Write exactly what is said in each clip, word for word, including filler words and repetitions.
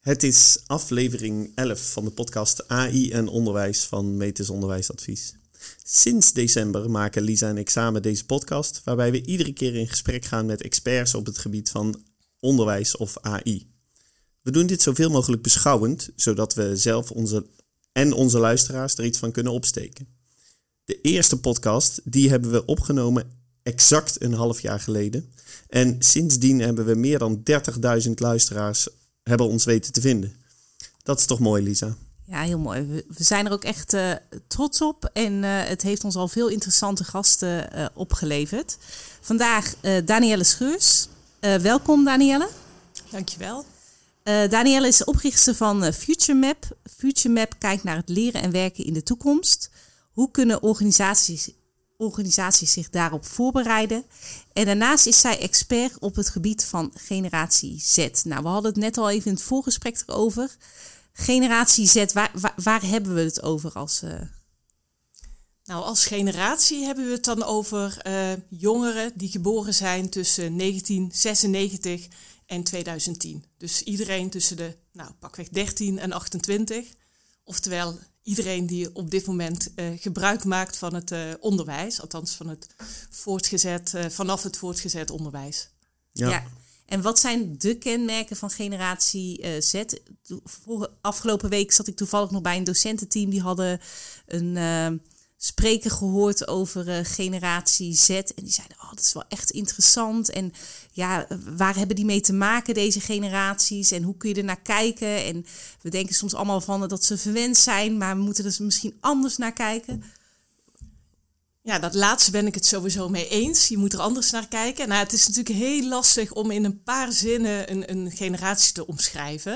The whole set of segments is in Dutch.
Het is aflevering elf van de podcast A I en onderwijs van Metis Onderwijsadvies. Sinds december maken Lisa en ik samen deze podcast, waarbij we iedere keer in gesprek gaan met experts op het gebied van onderwijs of A I. We doen dit zoveel mogelijk beschouwend, zodat we zelf onze en onze luisteraars er iets van kunnen opsteken. De eerste podcast, die hebben we opgenomen exact een half jaar geleden. En sindsdien hebben we meer dan dertigduizend luisteraars hebben ons weten te vinden. Dat is toch mooi, Lisa? Ja, heel mooi. We, we zijn er ook echt uh, trots op. En uh, het heeft ons al veel interessante gasten uh, opgeleverd. Vandaag uh, Danielle Scheurs. Uh, welkom, Danielle. Dankjewel. Uh, Danielle is de oprichter van uh, FutureMap. FutureMap kijkt naar het leren en werken in de toekomst. Hoe kunnen organisaties, organisaties zich daarop voorbereiden? En daarnaast is zij expert op het gebied van generatie Z. Nou, we hadden het net al even in het voorgesprek erover. Generatie Z, waar, waar, waar hebben we het over als... Uh... Nou, als generatie hebben we het dan over uh, jongeren die geboren zijn tussen negentien zesennegentig en tweeduizend tien. Dus iedereen tussen de, nou, pakweg dertien en achtentwintig. Oftewel iedereen die op dit moment uh, gebruik maakt van het uh, onderwijs. Althans van het voortgezet, uh, vanaf het voortgezet onderwijs. Ja. ja. En wat zijn de kenmerken van generatie uh, Z? Vorige, afgelopen week zat ik toevallig nog bij een docententeam. Die hadden een uh, spreker gehoord over uh, generatie Z. En die zeiden, oh, dat is wel echt interessant. En ja, waar hebben die mee te maken, deze generaties? En hoe kun je er naar kijken? En we denken soms allemaal van dat ze verwend zijn, maar we moeten er misschien anders naar kijken. Ja, dat laatste ben ik het sowieso mee eens. Je moet er anders naar kijken. Nou, het is natuurlijk heel lastig om in een paar zinnen een, een generatie te omschrijven.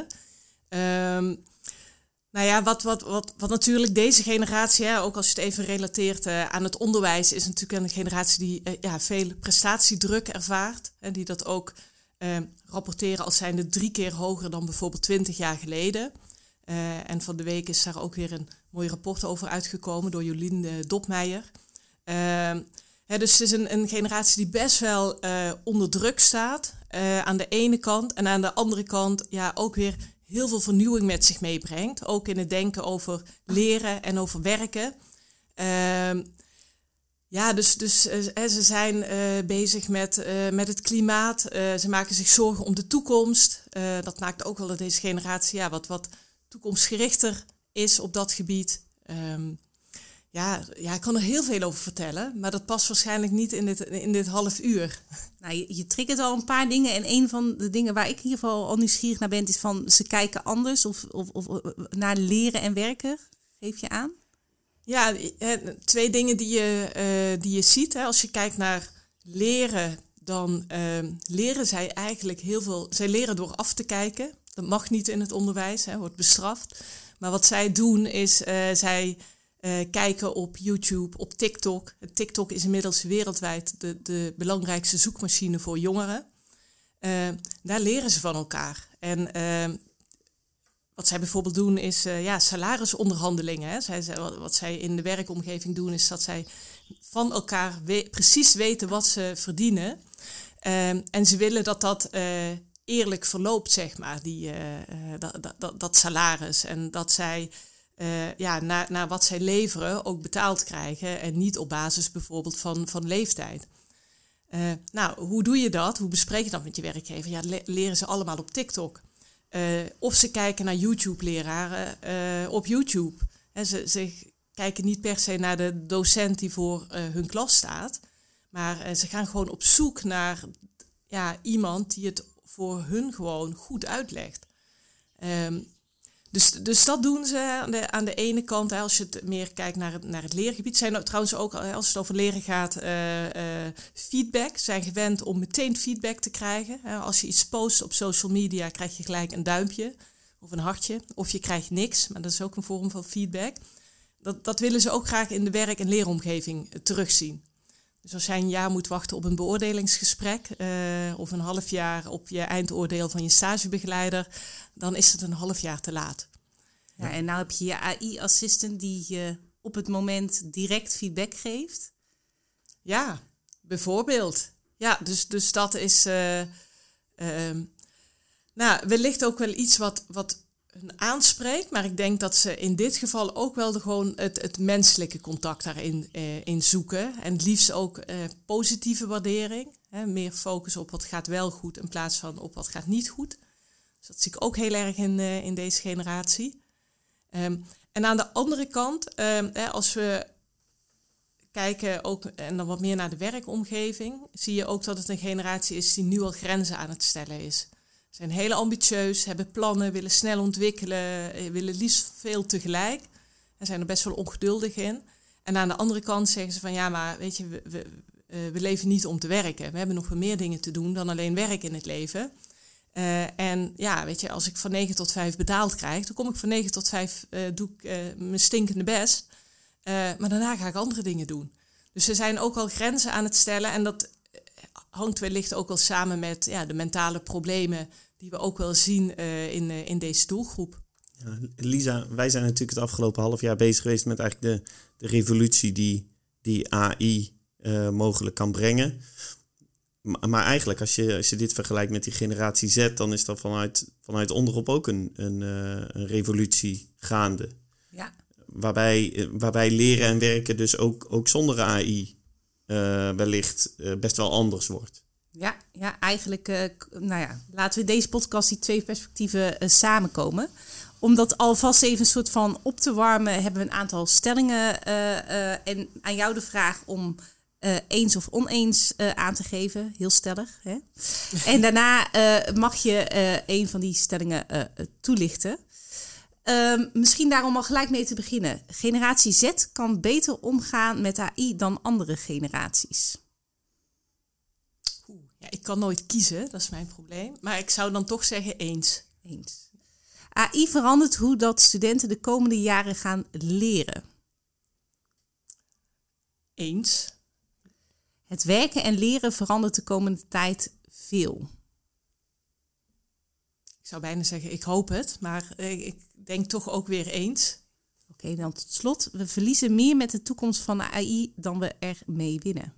Um, nou ja, wat, wat, wat, wat natuurlijk deze generatie, hè, ook als je het even relateert uh, aan het onderwijs, is natuurlijk een generatie die uh, ja, veel prestatiedruk ervaart. Hè, die dat ook uh, rapporteren als zijnde drie keer hoger dan bijvoorbeeld twintig jaar geleden. Uh, en van de week is daar ook weer een mooi rapport over uitgekomen door Jolien uh, Dopmeijer. Uh, hè, dus het is een, een generatie die best wel uh, onder druk staat uh, aan de ene kant. En aan de andere kant ja, ook weer heel veel vernieuwing met zich meebrengt. Ook in het denken over leren en over werken. Uh, ja, dus, dus uh, ze zijn uh, bezig met, uh, met het klimaat. Uh, ze maken zich zorgen om de toekomst. Uh, dat maakt ook wel dat deze generatie ja, wat, wat toekomstgerichter is op dat gebied. Um, Ja, ja, ik kan er heel veel over vertellen, maar dat past waarschijnlijk niet in dit, in dit half uur. Nou, je, je triggert al een paar dingen en een van de dingen waar ik in ieder geval al nieuwsgierig naar ben, is van ze kijken anders of, of, of naar leren en werken. Geef je aan? Ja, twee dingen die je, uh, die je ziet. Hè. Als je kijkt naar leren, dan uh, leren zij eigenlijk heel veel. Zij leren door af te kijken. Dat mag niet in het onderwijs, hè, wordt bestraft. Maar wat zij doen is, uh, zij... Uh, kijken op YouTube, op TikTok. TikTok is inmiddels wereldwijd de, de belangrijkste zoekmachine voor jongeren. Uh, daar leren ze van elkaar. En uh, wat zij bijvoorbeeld doen is uh, ja, salarisonderhandelingen. Hè. Zij, wat, wat zij in de werkomgeving doen is dat zij van elkaar we- precies weten wat ze verdienen. Uh, en ze willen dat dat uh, eerlijk verloopt, zeg maar, die, uh, uh, dat, dat, dat salaris. En dat zij... Uh, ja, naar, naar wat zij leveren ook betaald krijgen en niet op basis bijvoorbeeld van, van leeftijd. Uh, nou, hoe doe je dat? Hoe bespreek je dat met je werkgever? Ja, le- leren ze allemaal op TikTok. Uh, of ze kijken naar YouTube-leraren uh, op YouTube. He, ze, ze kijken niet per se naar de docent die voor uh, hun klas staat, maar uh, ze gaan gewoon op zoek naar ja, iemand die het voor hun gewoon goed uitlegt. Um, Dus, dus dat doen ze aan de, aan de ene kant. Hè, als je het meer kijkt naar het, naar het leergebied. Zijn er trouwens ook, als het over leren gaat, uh, uh, feedback. Ze zijn gewend om meteen feedback te krijgen. Hè, als je iets post op social media, krijg je gelijk een duimpje of een hartje. Of je krijgt niks, maar dat is ook een vorm van feedback. Dat, dat willen ze ook graag in de werk- en leeromgeving terugzien. Dus als jij een jaar moet wachten op een beoordelingsgesprek uh, of een half jaar op je eindoordeel van je stagebegeleider, dan is het een half jaar te laat. Ja, en nou heb je je A I-assistent die je op het moment direct feedback geeft. Ja, bijvoorbeeld. Ja, dus, dus dat is uh, uh, nou, wellicht ook wel iets wat, wat hun aanspreekt. Maar ik denk dat ze in dit geval ook wel de, gewoon het, het menselijke contact daarin uh, in zoeken. En het liefst ook uh, positieve waardering. Hè, meer focus op wat gaat wel goed in plaats van op wat gaat niet goed. Dus dat zie ik ook heel erg in, uh, in deze generatie. Um, en aan de andere kant, um, hè, als we kijken ook en dan wat meer naar de werkomgeving, zie je ook dat het een generatie is die nu al grenzen aan het stellen is. Ze zijn heel ambitieus, hebben plannen, willen snel ontwikkelen, willen liefst veel tegelijk. En zijn er best wel ongeduldig in. En aan de andere kant zeggen ze van ja, maar weet je, we, we, we leven niet om te werken. We hebben nog wel meer dingen te doen dan alleen werk in het leven. Uh, en ja, weet je, als ik van negen tot vijf betaald krijg, dan kom ik van negen tot vijf, uh, doe ik uh, mijn stinkende best. Uh, maar daarna ga ik andere dingen doen. Dus ze zijn ook al grenzen aan het stellen. En dat hangt wellicht ook wel samen met ja, de mentale problemen die we ook wel zien uh, in, uh, in deze doelgroep. Ja, Lisa, wij zijn natuurlijk het afgelopen half jaar bezig geweest met eigenlijk de, de revolutie die, die A I uh, mogelijk kan brengen. Maar, maar eigenlijk, als je, als je dit vergelijkt met die generatie Z, dan is dat vanuit, vanuit onderop ook een, een, uh, een revolutie gaande. Ja. Waarbij, waarbij leren en werken dus ook, ook zonder A I uh, wellicht uh, best wel anders wordt. Ja, ja eigenlijk, uh, nou ja, laten we in deze podcast die twee perspectieven uh, samenkomen. Om dat alvast even een soort van op te warmen, hebben we een aantal stellingen. Uh, uh, en aan jou de vraag om uh, eens of oneens uh, aan te geven. Heel stellig. Hè? En daarna uh, mag je uh, een van die stellingen uh, toelichten. Uh, misschien daarom al gelijk mee te beginnen. Generatie Z kan beter omgaan met A I dan andere generaties. Oeh, ja, ik kan nooit kiezen, dat is mijn probleem. Maar ik zou dan toch zeggen eens. Eens. A I verandert hoe dat studenten de komende jaren gaan leren. Eens. Het werken en leren verandert de komende tijd veel. Ik zou bijna zeggen, ik hoop het, maar ik denk toch ook weer eens. Oké, okay, dan tot slot. We verliezen meer met de toekomst van de A I dan we er mee winnen.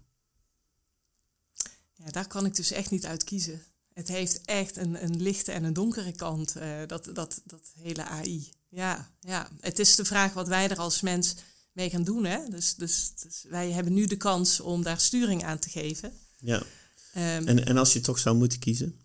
Ja, daar kan ik dus echt niet uit kiezen. Het heeft echt een, een lichte en een donkere kant, uh, dat, dat, dat hele A I. Ja, ja, het is de vraag wat wij er als mens mee gaan doen. Hè? Dus, dus, dus wij hebben nu de kans om daar sturing aan te geven. Ja. Um, en, en als je toch zou moeten kiezen?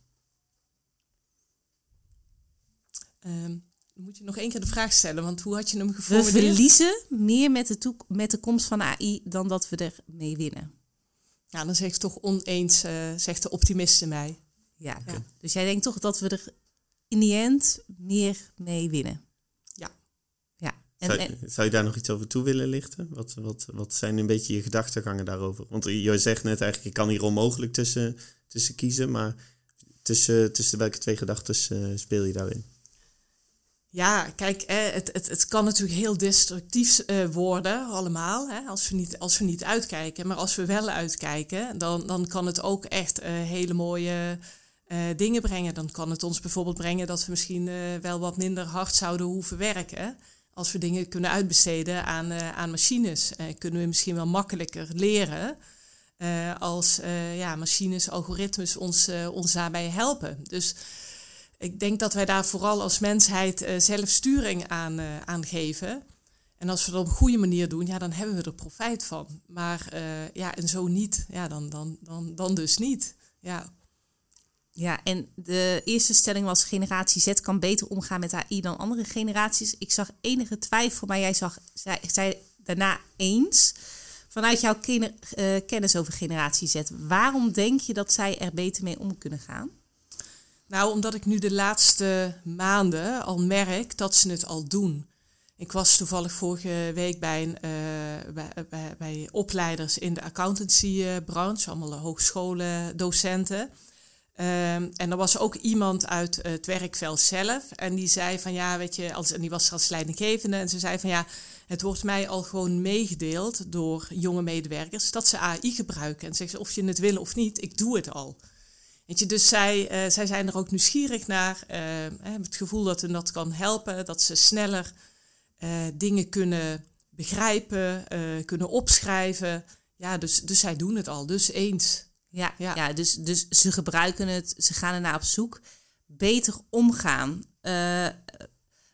Um, moet je nog één keer de vraag stellen, want hoe had je hem geformuleerd? We verliezen meer met de, toek- met de komst van A I dan dat we er mee winnen. Ja, dan zeg ik toch oneens, uh, zegt de optimist in mij. Ja, okay. Ja, dus jij denkt toch dat we er in the end meer mee winnen? Ja. Ja. En, zou, en, zou je daar nog iets over toe willen lichten? Wat, wat, wat zijn een beetje je gedachtegangen daarover? Want je zegt net eigenlijk, je kan hier onmogelijk tussen, tussen kiezen, maar tussen, tussen welke twee gedachten uh, speel je daarin? Ja, kijk, eh, het, het, het kan natuurlijk heel destructief uh, worden allemaal, hè, als we niet, als we niet uitkijken. Maar als we wel uitkijken, dan, dan kan het ook echt uh, hele mooie uh, dingen brengen. Dan kan het ons bijvoorbeeld brengen dat we misschien uh, wel wat minder hard zouden hoeven werken. Als we dingen kunnen uitbesteden aan, uh, aan machines. Uh, kunnen we misschien wel makkelijker leren uh, als uh, ja, machines, algoritmes ons, uh, ons daarbij helpen. Dus ik denk dat wij daar vooral als mensheid uh, zelf sturing aan, uh, aan geven. En als we dat op een goede manier doen, ja, dan hebben we er profijt van. Maar uh, ja, en zo niet, ja, dan, dan, dan, dan dus niet. Ja. Ja, en de eerste stelling was: generatie Z kan beter omgaan met A I dan andere generaties. Ik zag enige twijfel, maar jij zag, zei, zei daarna eens. Vanuit jouw ken, uh, kennis over generatie Z, waarom denk je dat zij er beter mee om kunnen gaan? Nou, omdat ik nu de laatste maanden al merk dat ze het al doen. Ik was toevallig vorige week bij, een, uh, bij, bij, bij opleiders in de accountancy-branche, allemaal hogescholen, docenten. Um, en er was ook iemand uit uh, het werkveld zelf. En die zei van ja, weet je, als, en die was als leidinggevende. En ze zei van ja, het wordt mij al gewoon meegedeeld door jonge medewerkers dat ze A I gebruiken. En zegt ze, of je het wil of niet, ik doe het al. Weet je, dus zij, uh, zij zijn er ook nieuwsgierig naar. Uh, hebben het gevoel dat hun dat kan helpen. Dat ze sneller uh, dingen kunnen begrijpen, uh, kunnen opschrijven. Ja, dus, dus zij doen het al. Dus eens. Ja, ja. ja dus, dus ze gebruiken het. Ze gaan ernaar op zoek. Beter omgaan. Uh,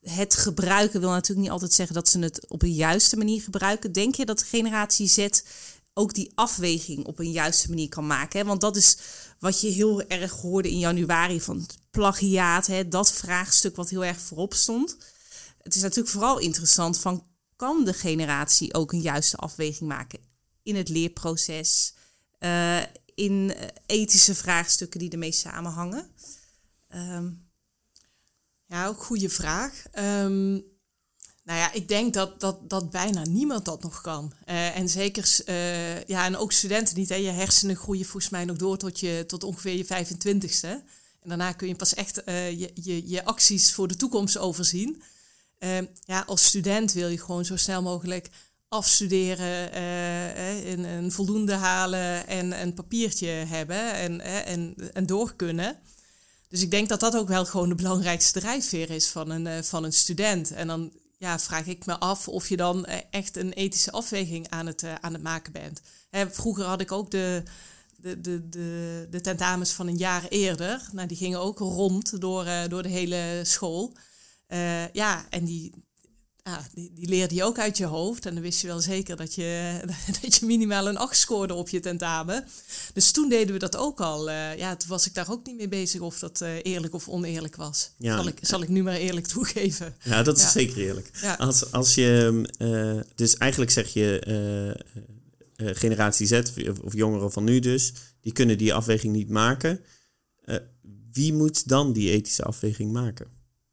het gebruiken wil natuurlijk niet altijd zeggen dat ze het op een juiste manier gebruiken. Denk je dat de generatie Z ook die afweging op een juiste manier kan maken? Hè? Want dat is wat je heel erg hoorde in januari van het plagiaat. Hè? Dat vraagstuk wat heel erg voorop stond. Het is natuurlijk vooral interessant van, kan de generatie ook een juiste afweging maken in het leerproces, uh, in ethische vraagstukken die ermee samenhangen? Um, Ja, ook goede vraag. Um, nou ja, ik denk dat, dat, dat bijna niemand dat nog kan. Uh, en zeker, uh, ja, en ook studenten niet. Hè. Je hersenen groeien volgens mij nog door tot, je, tot ongeveer je vijfentwintigste. En daarna kun je pas echt uh, je, je, je acties voor de toekomst overzien. Uh, ja, als student wil je gewoon zo snel mogelijk afstuderen, uh, een, een voldoende halen en een papiertje hebben en, uh, en, en door kunnen. Dus ik denk dat dat ook wel gewoon de belangrijkste drijfveer is van een, uh, van een student. En dan ja, vraag ik me af of je dan echt een ethische afweging aan het, uh, aan het maken bent. Hè, vroeger had ik ook de, de, de, de, de tentamens van een jaar eerder. Nou, die gingen ook rond door, uh, door de hele school. Uh, ja, en die, ja, die, die leerde je ook uit je hoofd. En dan wist je wel zeker dat je, dat je minimaal een acht scoorde op je tentamen. Dus toen deden we dat ook al. Uh, ja, toen was ik daar ook niet mee bezig of dat uh, eerlijk of oneerlijk was. Ja. Zal, ik, zal ik nu maar eerlijk toegeven. Ja, dat is ja. zeker eerlijk. Ja. Als, als je, uh, dus eigenlijk zeg je, uh, uh, generatie Z, of, of jongeren van nu dus, die kunnen die afweging niet maken. Uh, wie moet dan die ethische afweging maken?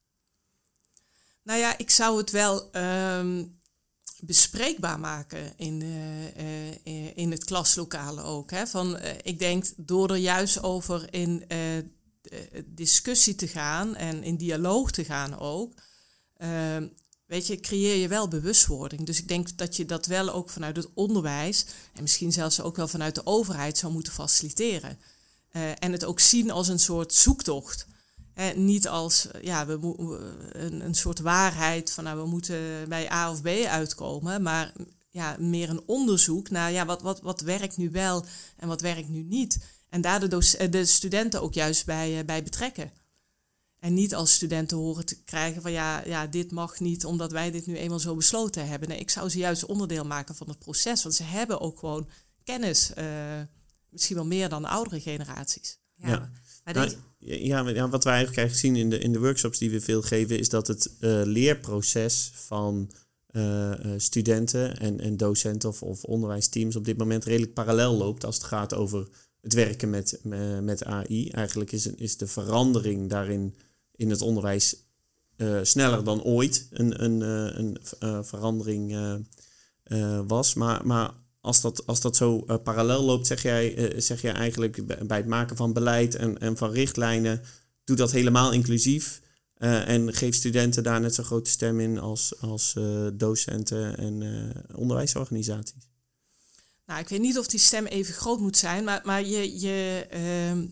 Nou ja, ik zou het wel um, bespreekbaar maken in, uh, uh, in het klaslokaal ook. Hè. Van, uh, ik denk door er juist over in uh, discussie te gaan en in dialoog te gaan ook, uh, weet je, creëer je wel bewustwording. Dus ik denk dat je dat wel ook vanuit het onderwijs en misschien zelfs ook wel vanuit de overheid zou moeten faciliteren. Uh, en het ook zien als een soort zoektocht. Eh, niet als ja, we mo- een, een soort waarheid van nou, we moeten bij A of B uitkomen, maar ja, meer een onderzoek naar ja, wat, wat, wat werkt nu wel en wat werkt nu niet. En daar de, doc- de studenten ook juist bij, uh, bij betrekken. En niet als studenten horen te krijgen van ja, ja, dit mag niet omdat wij dit nu eenmaal zo besloten hebben. Nee, ik zou ze juist onderdeel maken van het proces, want ze hebben ook gewoon kennis, uh, misschien wel meer dan de oudere generaties. Ja. ja. Maar nou, ja, ja, wat wij eigenlijk krijgen zien in de, in de workshops die we veel geven, is dat het uh, leerproces van uh, studenten en, en docenten of, of onderwijsteams op dit moment redelijk parallel loopt als het gaat over het werken met, uh, met A I. Eigenlijk is, is de verandering daarin in het onderwijs uh, sneller dan ooit een, een, uh, een uh, verandering uh, uh, was. Maar, maar Als dat, als dat zo uh, parallel loopt, zeg jij, uh, zeg jij eigenlijk bij het maken van beleid en, en van richtlijnen, doe dat helemaal inclusief uh, en geef studenten daar net zo'n grote stem in als, als uh, docenten en uh, onderwijsorganisaties. Nou, ik weet niet of die stem even groot moet zijn, maar, maar je... je uh,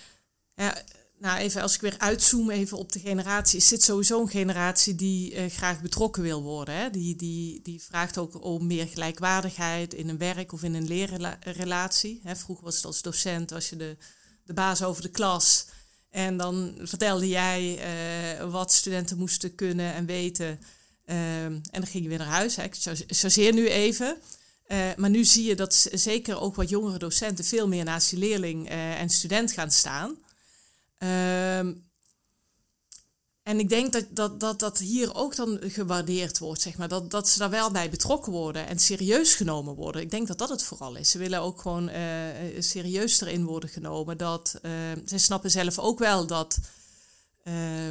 ja, nou, even als ik weer uitzoom even op de generatie, is dit sowieso een generatie die uh, graag betrokken wil worden. Hè? Die, die, die vraagt ook om meer gelijkwaardigheid in een werk of in een leerrelatie. Hè? Vroeger was het als docent, was je de, de baas over de klas. En dan vertelde jij uh, wat studenten moesten kunnen en weten. Uh, en dan ging je weer naar huis. Hè? Ik chargeer nu even. Uh, maar nu zie je dat zeker ook wat jongere docenten veel meer naast die leerling uh, en student gaan staan. Um, en ik denk dat, dat, dat dat hier ook dan gewaardeerd wordt, zeg maar. Dat, dat ze daar wel bij betrokken worden en serieus genomen worden. Ik denk dat dat het vooral is. Ze willen ook gewoon uh, serieus erin worden genomen. Dat, uh, ze snappen zelf ook wel dat, uh,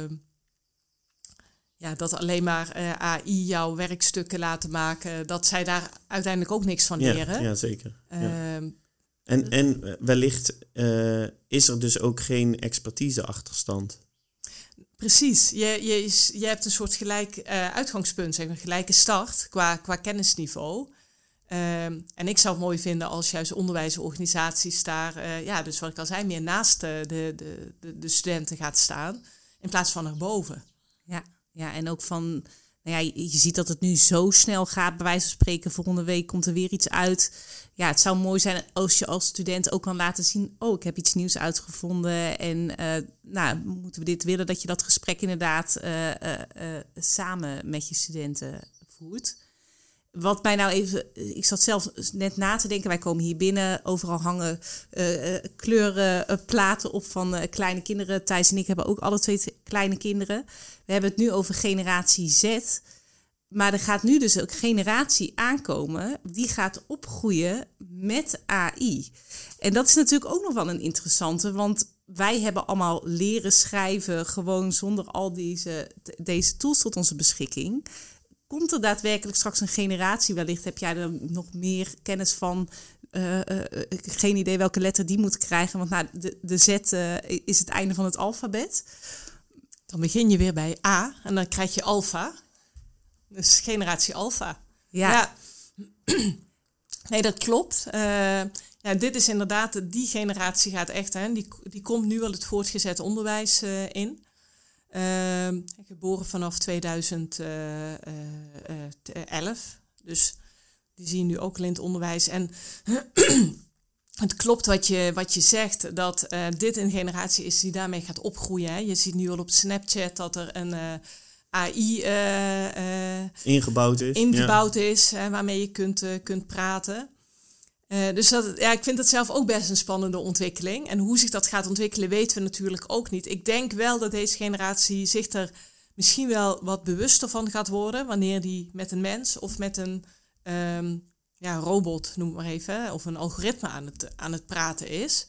ja, dat alleen maar uh, A I jouw werkstukken laten maken, dat zij daar uiteindelijk ook niks van leren. Ja, ja zeker. Ja. Um, En, en wellicht uh, is er dus ook geen expertise-achterstand. Precies. Je, je, je hebt een soort gelijk uh, uitgangspunt, zeg maar, gelijke start qua, qua kennisniveau. Um, en ik zou het mooi vinden als juist onderwijsorganisaties daar, uh, ja, dus wat ik al zei, meer naast de, de, de, de studenten gaat staan, in plaats van erboven. Ja, ja, en ook van nou ja, je, je ziet dat het nu zo snel gaat. Bij wijze van spreken, volgende week komt er weer iets uit. Ja, het zou mooi zijn als je als student ook kan laten zien... oh, ik heb iets nieuws uitgevonden en uh, nou, moeten we dit willen... dat je dat gesprek inderdaad uh, uh, uh, samen met je studenten voert. Wat mij nou even... Ik zat zelf net na te denken. Wij komen hier binnen. Overal hangen uh, uh, kleuren, uh, platen op van uh, kleine kinderen. Thijs en ik hebben ook alle twee kleine kinderen. We hebben het nu over generatie Z... Maar er gaat nu dus ook generatie aankomen die gaat opgroeien met A I. En dat is natuurlijk ook nog wel een interessante, want wij hebben allemaal leren schrijven gewoon zonder al deze, deze tools tot onze beschikking. Komt er daadwerkelijk straks een generatie, wellicht heb jij er nog meer kennis van, uh, uh, geen idee welke letter die moet krijgen, want nou, de, de Z uh, is het einde van het alfabet. Dan begin je weer bij A en dan krijg je alfa. Dus generatie alfa. Ja. ja. Nee, dat klopt. Uh, ja, dit is inderdaad, die generatie gaat echt, hè, die, die komt nu al het voortgezet onderwijs uh, in. Uh, geboren vanaf tweeduizend elf. Dus die zie je nu ook al in het onderwijs. En het klopt wat je, wat je zegt, dat uh, dit een generatie is die daarmee gaat opgroeien. Hè. Je ziet nu al op Snapchat dat er een... Uh, A I uh, uh, ingebouwd is, ingebouwd ja. is hè, waarmee je kunt, uh, kunt praten. Uh, dus dat, ja, ik vind het zelf ook best een spannende ontwikkeling. En hoe zich dat gaat ontwikkelen weten we natuurlijk ook niet. Ik denk wel dat deze generatie zich er misschien wel wat bewuster van gaat worden... wanneer die met een mens of met een um, ja, robot, noem maar even... Hè, of een algoritme aan het, aan het praten is.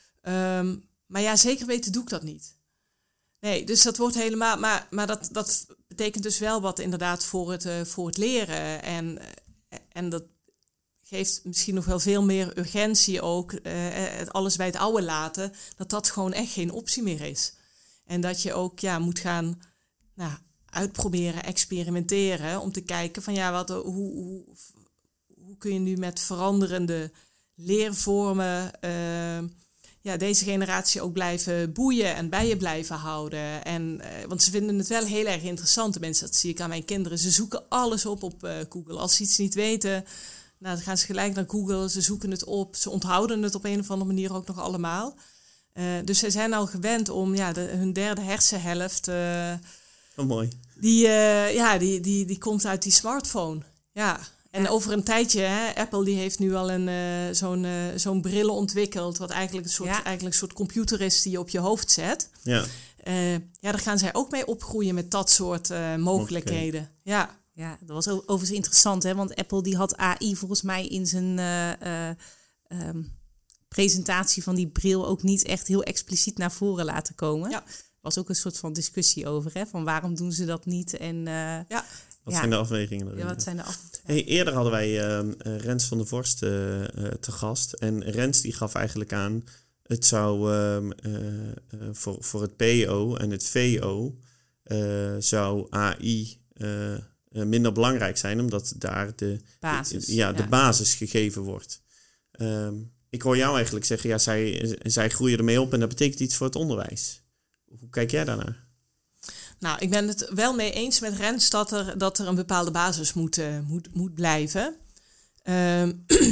Um, maar ja, zeker weten doe ik dat niet. Nee, dus dat wordt helemaal... Maar, maar dat, dat betekent dus wel wat inderdaad voor het, uh, voor het leren. En, en dat geeft misschien nog wel veel meer urgentie ook. Uh, het alles bij het oude laten. Dat dat gewoon echt geen optie meer is. En dat je ook ja, moet gaan nou, uitproberen, experimenteren. Om te kijken van ja, wat, hoe, hoe, hoe kun je nu met veranderende leervormen... Uh, ja, deze generatie ook blijven boeien en bij je blijven houden. En, uh, want ze vinden het wel heel erg interessant, de mensen. Dat zie ik aan mijn kinderen. Ze zoeken alles op op uh, Google. Als ze iets niet weten, nou, dan gaan ze gelijk naar Google. Ze zoeken het op. Ze onthouden het op een of andere manier ook nog allemaal. Uh, dus ze zijn al gewend om ja, de, hun derde hersenhelft... Uh, oh, mooi. Die, uh, ja, die, die, die komt uit die smartphone. Ja. En ja. over een tijdje, hè, Apple die heeft nu al een, uh, zo'n, uh, zo'n bril ontwikkeld... wat eigenlijk een, soort, ja. eigenlijk een soort computer is die je op je hoofd zet. Ja, uh, ja daar gaan zij ook mee opgroeien met dat soort uh, mogelijkheden. Okay. Ja. Ja, dat was overigens interessant, hè? Want Apple die had A I volgens mij in zijn uh, uh, um, presentatie van die bril... ook niet echt heel expliciet naar voren laten komen. Ja. Er was ook een soort van discussie over, hè? Van waarom doen ze dat niet en... Uh, ja. Wat ja. zijn de afwegingen erin? Ja, wat zijn de afwegingen? Hey, eerder hadden wij uh, Rens van der Vorst uh, uh, te gast. En Rens die gaf eigenlijk aan... het zou uh, uh, voor, voor het P O en het V O... Uh, zou A I uh, uh, minder belangrijk zijn... omdat daar de basis, de, ja, de ja. basis gegeven wordt. Um, ik hoor jou eigenlijk zeggen... ja, zij, zij groeien ermee op en dat betekent iets voor het onderwijs. Hoe kijk jij daarnaar? Nou, ik ben het wel mee eens met Rens dat er, dat er een bepaalde basis moet, uh, moet, moet blijven. Uh,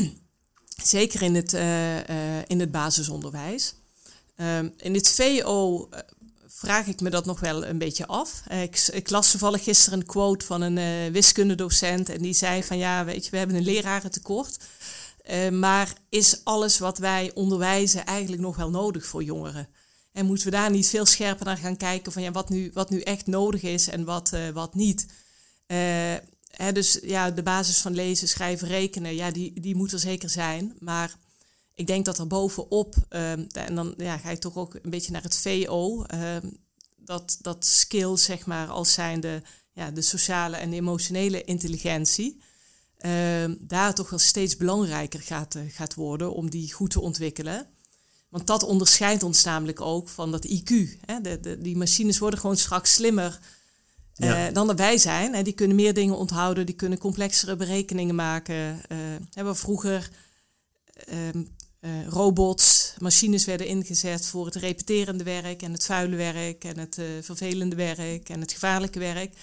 zeker in het, uh, uh, in het basisonderwijs. Uh, in het V O uh, vraag ik me dat nog wel een beetje af. Uh, ik, ik las toevallig gisteren een quote van een uh, wiskundedocent. En die zei van ja, weet je, we hebben een lerarentekort. Uh, maar is alles wat wij onderwijzen eigenlijk nog wel nodig voor jongeren? En moeten we daar niet veel scherper naar gaan kijken van ja, wat nu, wat nu echt nodig is en wat, uh, wat niet. Uh, hè, dus ja, de basis van lezen, schrijven, rekenen, ja, die, die moet er zeker zijn. Maar ik denk dat er bovenop, uh, en dan ja, ga je toch ook een beetje naar het V O, uh, dat, dat skills, zeg maar, als zijnde ja, de sociale en emotionele intelligentie, uh, daar toch wel steeds belangrijker gaat, uh, gaat worden om die goed te ontwikkelen. Want dat onderscheidt ons namelijk ook van dat I Q. Hè? De, de, die machines worden gewoon straks slimmer uh, ja. dan dat wij zijn. Hè? Die kunnen meer dingen onthouden, die kunnen complexere berekeningen maken. Uh, hebben we vroeger uh, uh, robots, machines werden ingezet voor het repeterende werk en het vuile werk en het uh, vervelende werk en het gevaarlijke werk.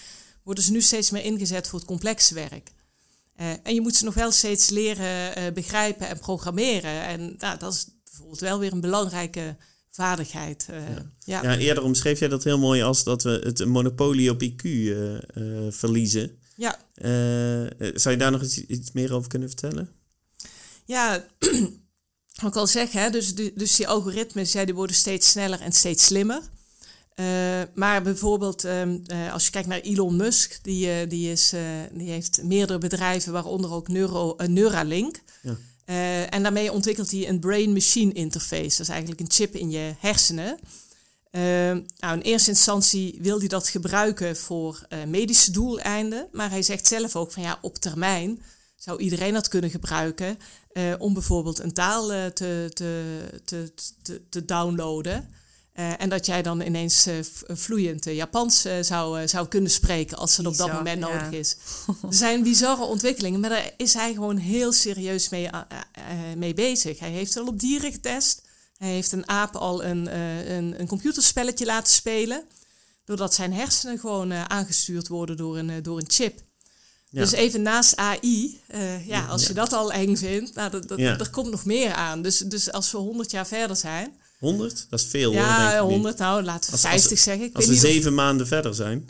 worden ze nu steeds meer ingezet voor het complexe werk. Uh, en je moet ze nog wel steeds leren uh, begrijpen en programmeren. En nou, dat is bijvoorbeeld wel weer een belangrijke vaardigheid. Uh, ja. Ja. ja, eerder omschreef jij dat heel mooi als dat we het monopolie op I Q uh, uh, verliezen. Ja. Uh, zou je daar nog iets, iets meer over kunnen vertellen? Ja, wat ik al zeg, hè, dus, dus die algoritmes ja, die worden steeds sneller en steeds slimmer. Uh, maar bijvoorbeeld um, uh, als je kijkt naar Elon Musk, die, uh, die, is, uh, die heeft meerdere bedrijven, waaronder ook Neuro, uh, Neuralink. Ja. Uh, en daarmee ontwikkelt hij een brain-machine interface. Dat is eigenlijk een chip in je hersenen. Uh, nou, in eerste instantie wil hij dat gebruiken voor uh, medische doeleinden. Maar hij zegt zelf ook van ja, op termijn zou iedereen dat kunnen gebruiken uh, om bijvoorbeeld een taal uh, te, te, te, te, te downloaden. Uh, en dat jij dan ineens uh, vloeiend uh, Japans uh, zou, uh, zou kunnen spreken als het Bizar, op dat moment ja. nodig is. Er zijn bizarre ontwikkelingen, maar daar is hij gewoon heel serieus mee, uh, uh, mee bezig. Hij heeft al op dieren getest. Hij heeft een aap al een, uh, een, een computerspelletje laten spelen, doordat zijn hersenen gewoon uh, aangestuurd worden door een, uh, door een chip. Ja. Dus even naast A I, uh, ja, als ja. je dat al eng vindt, nou, dat, dat, ja. er komt nog meer aan. Dus, dus als we honderd jaar verder zijn... honderd? Dat is veel hoor, ja, denk ik honderd, nou laten we als, vijftig als, zeggen. Ik als weet we niet zeven of... maanden verder zijn.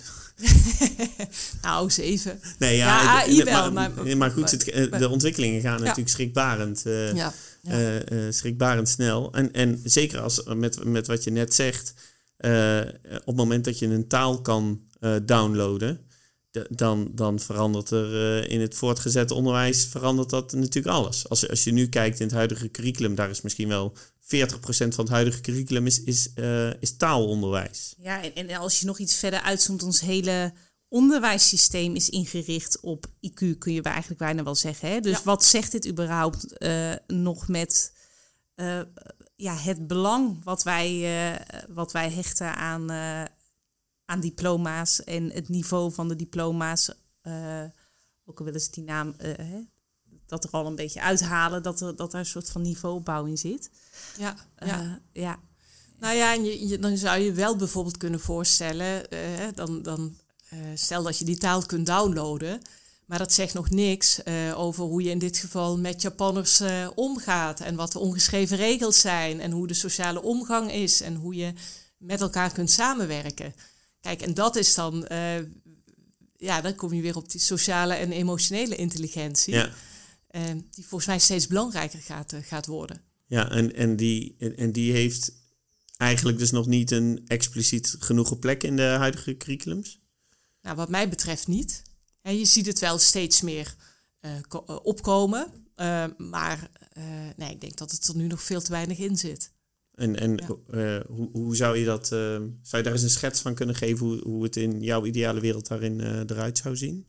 nou, zeven. Nee, ja, ja A I het, wel. Maar, maar, maar goed, het, de ontwikkelingen gaan ja. natuurlijk schrikbarend, uh, ja. Ja. Uh, uh, schrikbarend snel. En, en zeker als met, met wat je net zegt, uh, op het moment dat je een taal kan uh, downloaden, de, dan, dan verandert er uh, in het voortgezet onderwijs verandert dat natuurlijk alles. Als, als je nu kijkt in het huidige curriculum, daar is misschien wel veertig procent van het huidige curriculum is, is, uh, is taalonderwijs. Ja, en, en als je nog iets verder uitzoomt, ons hele onderwijssysteem is ingericht op I Q, kun je eigenlijk bijna wel zeggen. Hè? Dus ja. wat zegt dit überhaupt uh, nog met uh, ja, het belang wat wij, uh, wat wij hechten aan, uh, aan diploma's en het niveau van de diploma's, uh, ook al willen ze die naam uh, hè, dat er al een beetje uithalen, dat er, dat er een soort van niveaubouw in zit. Ja, ja. Uh, ja. Nou ja, en je, je, dan zou je wel bijvoorbeeld kunnen voorstellen, uh, dan, dan uh, stel dat je die taal kunt downloaden, maar dat zegt nog niks uh, over hoe je in dit geval met Japanners uh, omgaat en wat de ongeschreven regels zijn en hoe de sociale omgang is en hoe je met elkaar kunt samenwerken. Kijk, en dat is dan, uh, ja, dan kom je weer op die sociale en emotionele intelligentie, ja. uh, die volgens mij steeds belangrijker gaat, uh, gaat worden. Ja, en, en, die, en die heeft eigenlijk dus nog niet een expliciet genoegen plek in de huidige curriculums? Nou, wat mij betreft niet. En je ziet het wel steeds meer uh, ko- uh, opkomen, uh, maar uh, nee, ik denk dat het er nu nog veel te weinig in zit. En, en ja. uh, hoe, hoe zou je dat, uh, zou je daar eens een schets van kunnen geven hoe, hoe het in jouw ideale wereld daarin uh, eruit zou zien?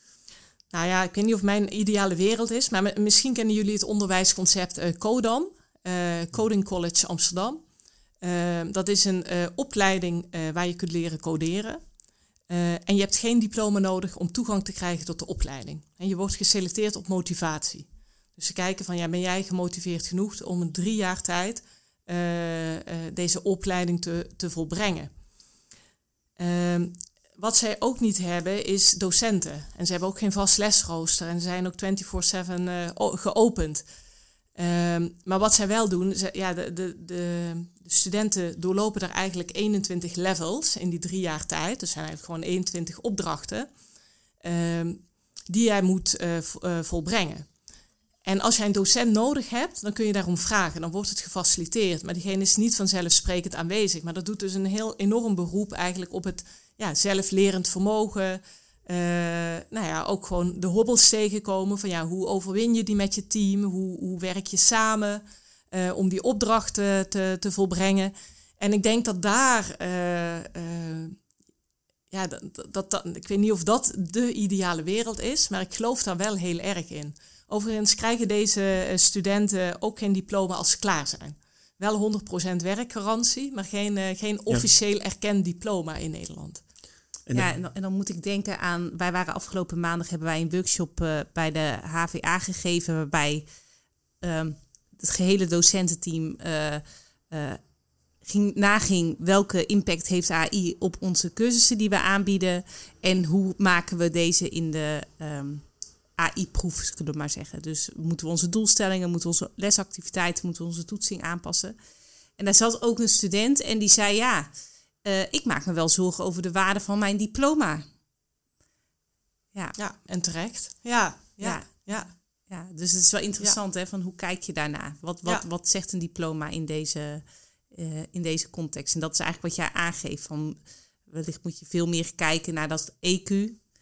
Nou ja, ik weet niet of mijn ideale wereld is, maar m- misschien kennen jullie het onderwijsconcept uh, CODAM, uh, Coding College Amsterdam. Uh, dat is een uh, opleiding uh, waar je kunt leren coderen. Uh, en je hebt geen diploma nodig om toegang te krijgen tot de opleiding. En je wordt geselecteerd op motivatie. Dus ze kijken van, ja, ben jij gemotiveerd genoeg om in drie jaar tijd uh, uh, deze opleiding te, te volbrengen. Uh, wat zij ook niet hebben is docenten. En ze hebben ook geen vast lesrooster. En ze zijn ook vierentwintig zeven uh, geopend. Uh, maar wat zij wel doen, ze, ja, de, de, de, de studenten doorlopen er eigenlijk eenentwintig levels in die drie jaar tijd. Dus zijn eigenlijk gewoon eenentwintig opdrachten uh, die jij moet uh, v- uh, volbrengen. En als jij een docent nodig hebt, dan kun je daarom vragen. Dan wordt het gefaciliteerd. Maar diegene is niet vanzelfsprekend aanwezig. Maar dat doet dus een heel enorm beroep eigenlijk op het ja, zelflerend vermogen. Uh, nou ja, ook gewoon de hobbels tegenkomen van ja, hoe overwin je die met je team? Hoe, hoe werk je samen uh, om die opdrachten te, te volbrengen? En ik denk dat daar, uh, uh, ja, dat, dat, dat, ik weet niet of dat de ideale wereld is, maar ik geloof daar wel heel erg in. Overigens krijgen deze studenten ook geen diploma als ze klaar zijn. Wel honderd procent werkgarantie, maar geen, uh, geen officieel erkend diploma in Nederland. En ja, en dan, en dan moet ik denken aan, wij waren afgelopen maandag, hebben wij een workshop uh, bij de H V A gegeven, waarbij uh, het gehele docententeam uh, uh, ging, naging welke impact heeft A I op onze cursussen die we aanbieden. En hoe maken we deze in de um, A I-proef, zullen we maar zeggen. Dus moeten we onze doelstellingen, moeten we onze lesactiviteiten, moeten we onze toetsing aanpassen. En daar zat ook een student en die zei, ja, uh, ik maak me wel zorgen over de waarde van mijn diploma. Ja, ja en terecht. Ja, ja, ja. ja. ja dus het is wel interessant, ja. hè, van hoe kijk je daarna? Wat, wat, ja. wat zegt een diploma in deze, uh, in deze context? En dat is eigenlijk wat jij aangeeft. Van, wellicht moet je veel meer kijken naar dat E Q,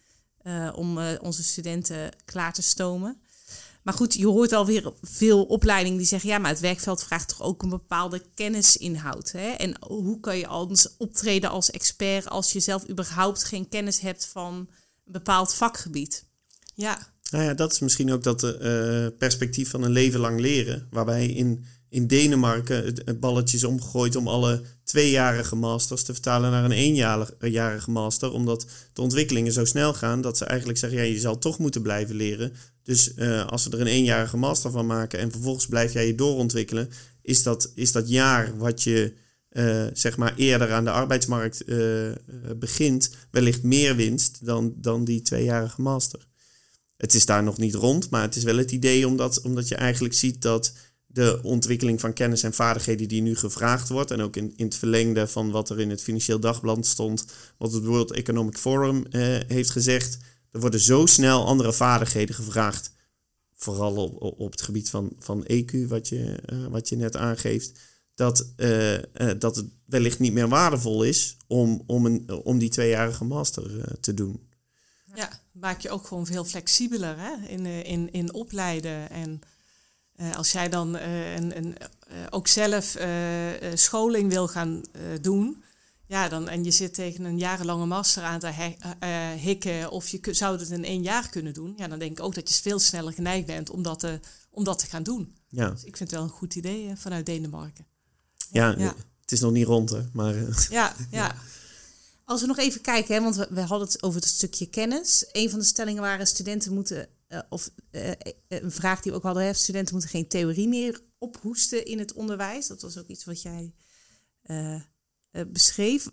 uh, om uh, onze studenten klaar te stomen. Maar goed, je hoort alweer veel opleidingen die zeggen, ja, maar het werkveld vraagt toch ook een bepaalde kennisinhoud. Hè? En hoe kan je anders optreden als expert als je zelf überhaupt geen kennis hebt van een bepaald vakgebied? Ja. Nou ja, dat is misschien ook dat uh, perspectief van een leven lang leren. Waarbij in, in Denemarken het, het balletje is omgegooid om alle tweejarige masters te vertalen naar een eenjarige master. Omdat de ontwikkelingen zo snel gaan dat ze eigenlijk zeggen, ja, je zal toch moeten blijven leren. Dus uh, als we er een eenjarige master van maken en vervolgens blijf jij je doorontwikkelen, is dat, is dat jaar wat je uh, zeg maar eerder aan de arbeidsmarkt uh, uh, begint, wellicht meer winst dan, dan die tweejarige master. Het is daar nog niet rond, maar het is wel het idee omdat, omdat je eigenlijk ziet dat de ontwikkeling van kennis en vaardigheden die nu gevraagd wordt, en ook in, in het verlengde van wat er in het Financieel Dagblad stond, wat het World Economic Forum uh, heeft gezegd, er worden zo snel andere vaardigheden gevraagd, vooral op, op het gebied van, van E Q, wat je, uh, wat je net aangeeft, dat, uh, uh, dat het wellicht niet meer waardevol is om, om, een, om die tweejarige master uh, te doen. Ja, maak je ook gewoon veel flexibeler, hè? In, in, in opleiden. En uh, als jij dan uh, een, een, uh, ook zelf uh, scholing wil gaan uh, doen, ja, dan, en je zit tegen een jarenlange master aan te he, uh, hikken, of je k- zou het in één jaar kunnen doen, ja, dan denk ik ook dat je veel sneller geneigd bent om dat te, om dat te gaan doen. Ja. Dus ik vind het wel een goed idee uh, vanuit Denemarken. Ja, ja, het is nog niet rond, hè, maar... Uh, ja, ja. Als we nog even kijken, hè, want we, we hadden het over het stukje kennis. Een van de stellingen waren studenten moeten, uh, of uh, een vraag die we ook hadden, hè, studenten moeten geen theorie meer ophoesten in het onderwijs. Dat was ook iets wat jij uh, uh, beschreef.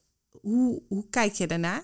Hoe, hoe kijk je daarnaar?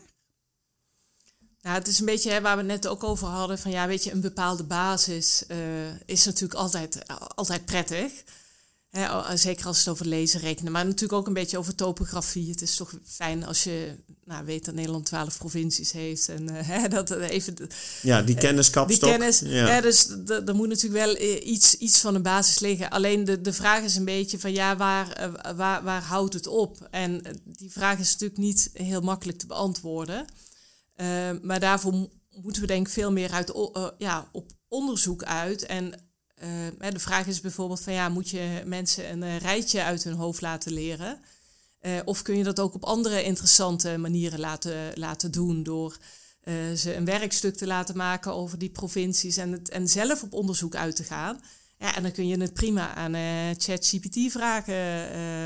Nou, het is een beetje hè, waar we het net ook over hadden, van ja, weet je, een bepaalde basis uh, is natuurlijk altijd, uh, altijd prettig. He, zeker als het over lezen, rekenen, maar natuurlijk ook een beetje over topografie. Het is toch fijn als je nou, weet dat Nederland twaalf provincies heeft. En uh, he, dat even. Ja, die kenniskapstok. Die kennis. Ja. Ja, dus er moet natuurlijk wel iets, iets van een basis liggen. Alleen de, de vraag is een beetje van ja, waar, uh, waar, waar houdt het op? En die vraag is natuurlijk niet heel makkelijk te beantwoorden. Uh, maar daarvoor moeten we denk ik veel meer uit, uh, ja, op onderzoek uit. En Uh, de vraag is bijvoorbeeld van ja, moet je mensen een uh, rijtje uit hun hoofd laten leren? Uh, of kun je dat ook op andere interessante manieren laten, laten doen door uh, ze een werkstuk te laten maken over die provincies en, het, en zelf op onderzoek uit te gaan. Ja, en dan kun je het prima aan uh, ChatGPT vragen. Uh,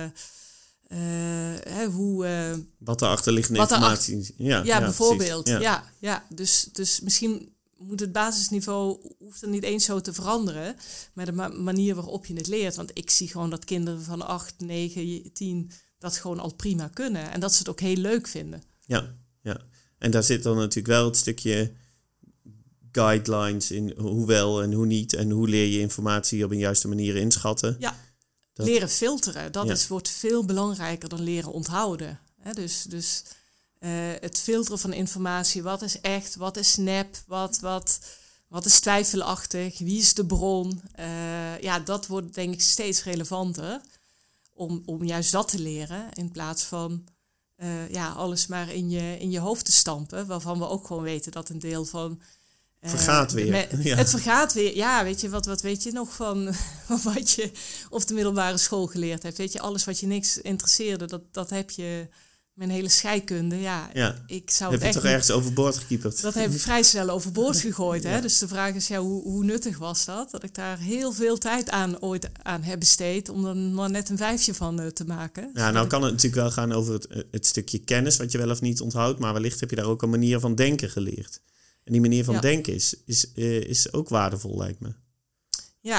uh, hoe, uh, wat de achterliggende wat informatie is. Ja, ja, ja, bijvoorbeeld. Ja. Ja, ja. Dus, dus misschien moet het basisniveau, hoeft er niet eens zo te veranderen, maar de ma- manier waarop je het leert. Want ik zie gewoon dat kinderen van acht, negen, tien dat gewoon al prima kunnen. En dat ze het ook heel leuk vinden. Ja, ja. En daar zit dan natuurlijk wel het stukje guidelines in hoe wel en hoe niet. En hoe leer je informatie op een juiste manier inschatten. Ja, dat... leren filteren. Dat ja. is, wordt veel belangrijker dan leren onthouden. He, dus... dus Uh, het filteren van informatie, wat is echt, wat is nep, wat, wat, wat is twijfelachtig, wie is de bron. Uh, ja, dat wordt denk ik steeds relevanter om, om juist dat te leren in plaats van uh, ja, alles maar in je, in je hoofd te stampen, waarvan we ook gewoon weten dat een deel van... Uh, vergaat weer. Me- ja. Het vergaat weer. Ja, weet je, wat, wat weet je nog van wat je op de middelbare school geleerd hebt? Weet je, alles wat je niks interesseerde, dat, dat heb je... Mijn hele scheikunde, ja, ja. ik zou heb het je echt toch ergens overboord gekieperd? Dat heb ik vrij snel overboord gegooid. ja. Hè? Dus de vraag is, ja, hoe, hoe nuttig was dat? Dat ik daar heel veel tijd aan ooit aan heb besteed om er maar net een vijfje van uh, te maken. Ja, nou kan het natuurlijk wel gaan over het, het stukje kennis, wat je wel of niet onthoudt, maar wellicht heb je daar ook een manier van denken geleerd. En die manier van ja. denken is, is, uh, is ook waardevol, lijkt me. Ja,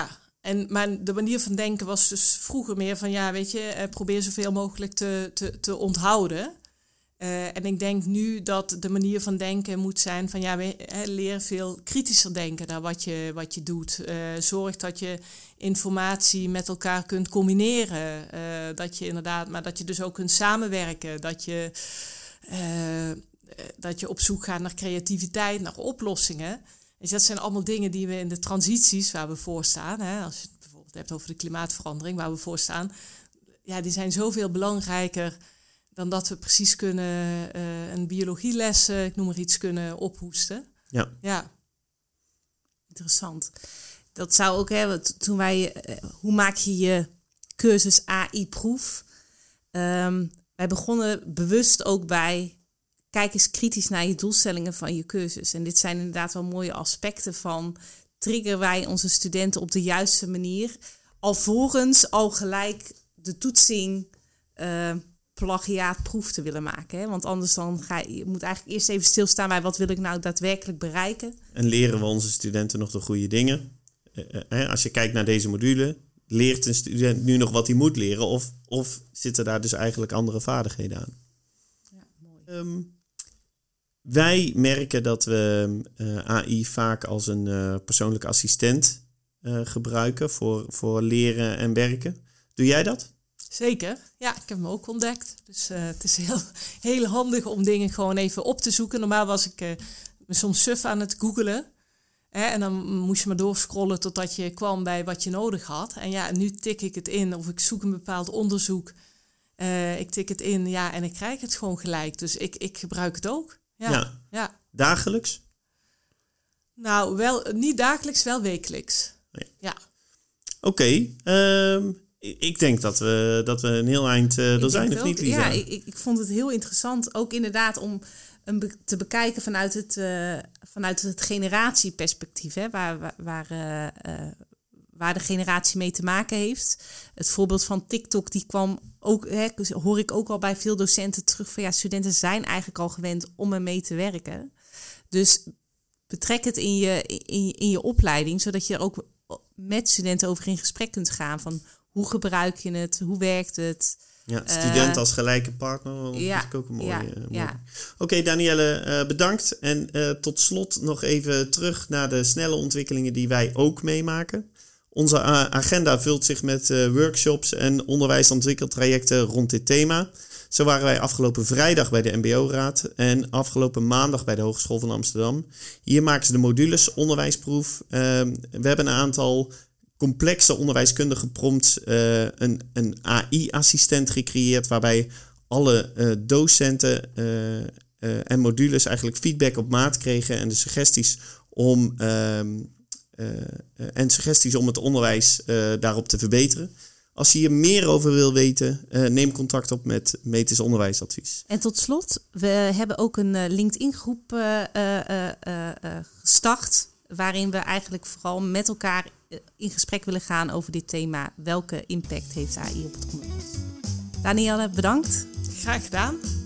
En, maar de manier van denken was dus vroeger meer van, ja, weet je, eh, probeer zoveel mogelijk te, te, te onthouden. Uh, en ik denk nu dat de manier van denken moet zijn van, ja, he, leer veel kritischer denken naar wat je, wat je doet. Uh, zorg dat je informatie met elkaar kunt combineren. Uh, dat je inderdaad, maar dat je dus ook kunt samenwerken. Dat je, uh, dat je op zoek gaat naar creativiteit, naar oplossingen. Dus dat zijn allemaal dingen die we in de transities waar we voor staan. Hè, als je het bijvoorbeeld hebt over de klimaatverandering waar we voor staan. Ja, die zijn zoveel belangrijker dan dat we precies kunnen uh, een biologieles, uh, ik noem maar iets, kunnen ophoesten. Ja. Ja. Interessant. Dat zou ook, hè, toen wij, uh, hoe maak je je cursus A I-proef? Um, wij begonnen bewust ook bij, kijk eens kritisch naar je doelstellingen van je cursus. En dit zijn inderdaad wel mooie aspecten van, triggeren wij onze studenten op de juiste manier, alvorens al gelijk de toetsing Uh, plagiaatproef te willen maken. Hè? Want anders dan ga je, je moet eigenlijk eerst even stilstaan bij wat wil ik nou daadwerkelijk bereiken. En leren we onze studenten nog de goede dingen? Uh, uh, als je kijkt naar deze module, leert een student nu nog wat hij moet leren? Of, of zitten daar dus eigenlijk andere vaardigheden aan? Ja, mooi. Um, wij merken dat we uh, A I vaak als een uh, persoonlijke assistent uh, gebruiken voor, voor leren en werken. Doe jij dat? Zeker, ja, ik heb hem ook ontdekt. Dus uh, het is heel, heel handig om dingen gewoon even op te zoeken. Normaal was ik uh, soms suf aan het googelen. Hè, en dan moest je maar doorscrollen totdat je kwam bij wat je nodig had. En ja, nu tik ik het in of ik zoek een bepaald onderzoek. Uh, ik tik het in, ja, en ik krijg het gewoon gelijk. Dus ik, ik gebruik het ook. Ja, ja. ja. Dagelijks? Nou, wel, niet dagelijks, wel wekelijks. Nee. Ja. Oké, okay, um... ik denk dat we, dat we een heel eind uh, er zijn, of niet, Lisa? Ja, ik, ik vond het heel interessant. Ook inderdaad om een be- te bekijken vanuit het, uh, vanuit het generatieperspectief. Hè, waar, waar, waar, uh, uh, waar de generatie mee te maken heeft. Het voorbeeld van TikTok, die kwam ook, hè, hoor ik ook al bij veel docenten terug. Van ja, studenten zijn eigenlijk al gewend om ermee te werken. Dus betrek het in je, in, in je opleiding, zodat je er ook met studenten over in gesprek kunt gaan van hoe gebruik je het? Hoe werkt het? Ja, student uh, als gelijke partner. Dat ja, is ook een mooie. Ja, uh, mooie. ja. Oké, okay, Danielle, uh, bedankt. En uh, tot slot nog even terug naar de snelle ontwikkelingen die wij ook meemaken. Onze uh, agenda vult zich met uh, workshops en onderwijsontwikkeltrajecten rond dit thema. Zo waren wij afgelopen vrijdag bij de M B O-raad en afgelopen maandag bij de Hogeschool van Amsterdam. Hier maken ze de modules onderwijsproef. Uh, we hebben een aantal complexe onderwijskundige prompts, uh, een, een A I-assistent gecreëerd waarbij alle uh, docenten uh, uh, en modules eigenlijk feedback op maat kregen en de suggesties om uh, uh, uh, en suggesties om het onderwijs uh, daarop te verbeteren. Als je hier meer over wil weten, uh, neem contact op met Metis Onderwijsadvies. En tot slot, we hebben ook een uh, LinkedIn-groep uh, uh, uh, uh, gestart, waarin we eigenlijk vooral met elkaar in gesprek willen gaan over dit thema. Welke impact heeft A I op het onderwijs? Danielle, bedankt. Graag gedaan.